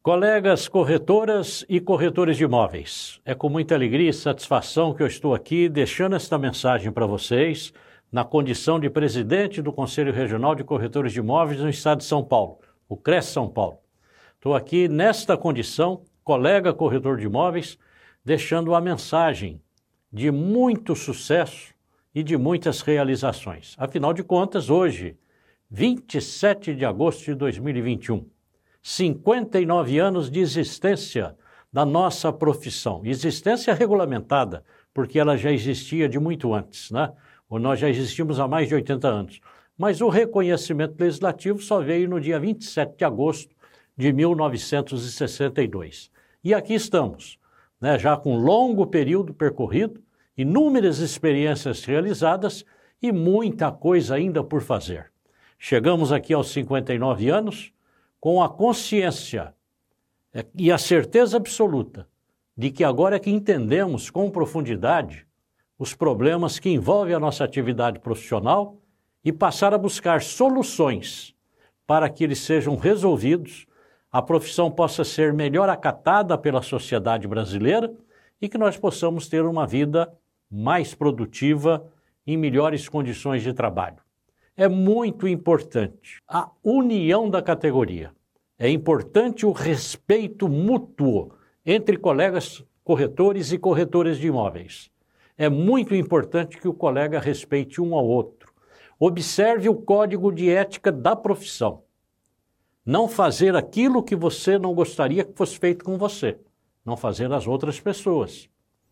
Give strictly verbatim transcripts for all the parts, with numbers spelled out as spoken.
Colegas corretoras e corretores de imóveis, é com muita alegria e satisfação que eu estou aqui deixando esta mensagem para vocês na condição de presidente do Conselho Regional de Corretores de Imóveis no estado de São Paulo, o CRES São Paulo. Estou aqui nesta condição, colega corretor de imóveis, deixando a mensagem de muito sucesso e de muitas realizações. Afinal de contas, hoje, vinte e sete de agosto de dois mil e vinte e um, cinquenta e nove anos de existência da nossa profissão. Existência regulamentada, porque ela já existia de muito antes, né? Ou nós já existimos há mais de oitenta anos. Mas o reconhecimento legislativo só veio no dia vinte e sete de agosto de mil novecentos e sessenta e dois. E aqui estamos, né, já com um longo período percorrido, inúmeras experiências realizadas e muita coisa ainda por fazer. Chegamos aqui aos cinquenta e nove anos, com a consciência e a certeza absoluta de que agora é que entendemos com profundidade os problemas que envolvem a nossa atividade profissional e passar a buscar soluções para que eles sejam resolvidos, a profissão possa ser melhor acatada pela sociedade brasileira e que nós possamos ter uma vida mais produtiva em melhores condições de trabalho. É muito importante a união da categoria. É importante o respeito mútuo entre colegas corretores e corretores de imóveis. É muito importante que o colega respeite um ao outro. Observe o código de ética da profissão. Não fazer aquilo que você não gostaria que fosse feito com você. Não fazer as outras pessoas.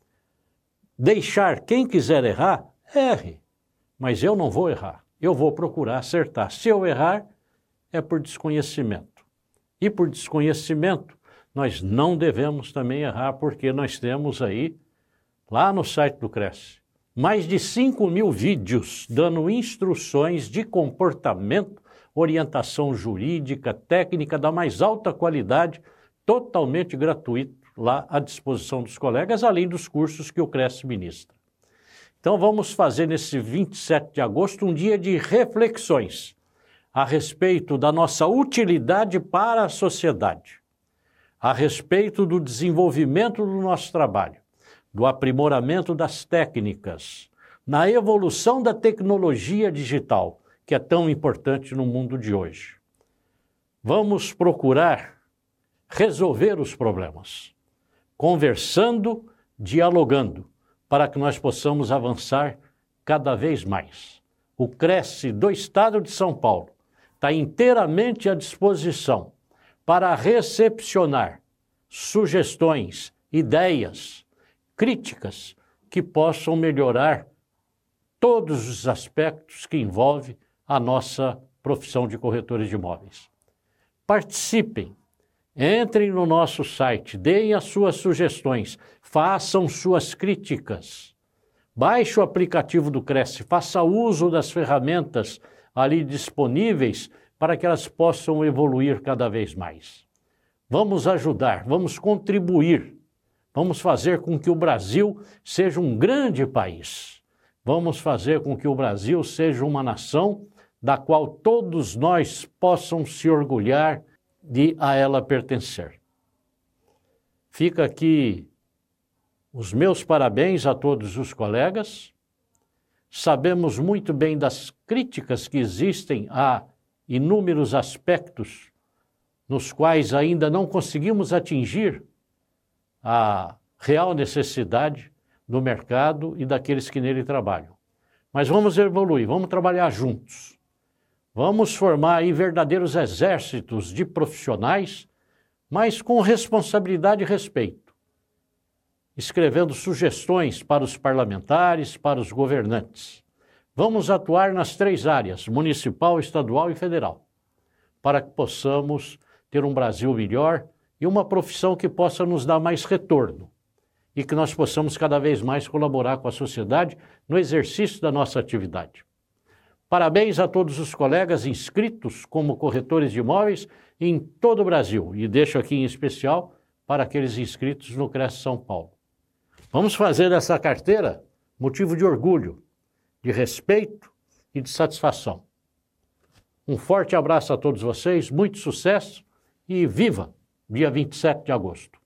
Deixar quem quiser errar, erre. Mas eu não vou errar. Eu vou procurar acertar. Se eu errar, é por desconhecimento. E por desconhecimento, nós não devemos também errar, porque nós temos aí, lá no site do CRES, mais de cinco mil vídeos dando instruções de comportamento, orientação jurídica, técnica da mais alta qualidade, totalmente gratuito, lá à disposição dos colegas, além dos cursos que o CRES ministra. Então vamos fazer nesse vinte e sete de agosto um dia de reflexões a respeito da nossa utilidade para a sociedade, a respeito do desenvolvimento do nosso trabalho, do aprimoramento das técnicas, na evolução da tecnologia digital, que é tão importante no mundo de hoje. Vamos procurar resolver os problemas, conversando, dialogando, para que nós possamos avançar cada vez mais. O CRES do Estado de São Paulo está inteiramente à disposição para recepcionar sugestões, ideias, críticas que possam melhorar todos os aspectos que envolvem a nossa profissão de corretores de imóveis. Participem, entrem no nosso site, deem as suas sugestões, façam suas críticas. Baixe o aplicativo do CRES, faça uso das ferramentas ali disponíveis para que elas possam evoluir cada vez mais. Vamos ajudar, vamos contribuir, vamos fazer com que o Brasil seja um grande país. Vamos fazer com que o Brasil seja uma nação da qual todos nós possam se orgulhar de a ela pertencer. Fica aqui os meus parabéns a todos os colegas. Sabemos muito bem das críticas que existem a inúmeros aspectos nos quais ainda não conseguimos atingir a real necessidade do mercado e daqueles que nele trabalham. Mas vamos evoluir, vamos trabalhar juntos. Vamos formar aí verdadeiros exércitos de profissionais, mas com responsabilidade e respeito, escrevendo sugestões para os parlamentares, para os governantes. Vamos atuar nas três áreas, municipal, estadual e federal, para que possamos ter um Brasil melhor e uma profissão que possa nos dar mais retorno e que nós possamos cada vez mais colaborar com a sociedade no exercício da nossa atividade. Parabéns a todos os colegas inscritos como corretores de imóveis em todo o Brasil e deixo aqui em especial para aqueles inscritos no CRES São Paulo. Vamos fazer dessa carteira motivo de orgulho, de respeito e de satisfação. Um forte abraço a todos vocês, muito sucesso e viva dia vinte e sete de agosto.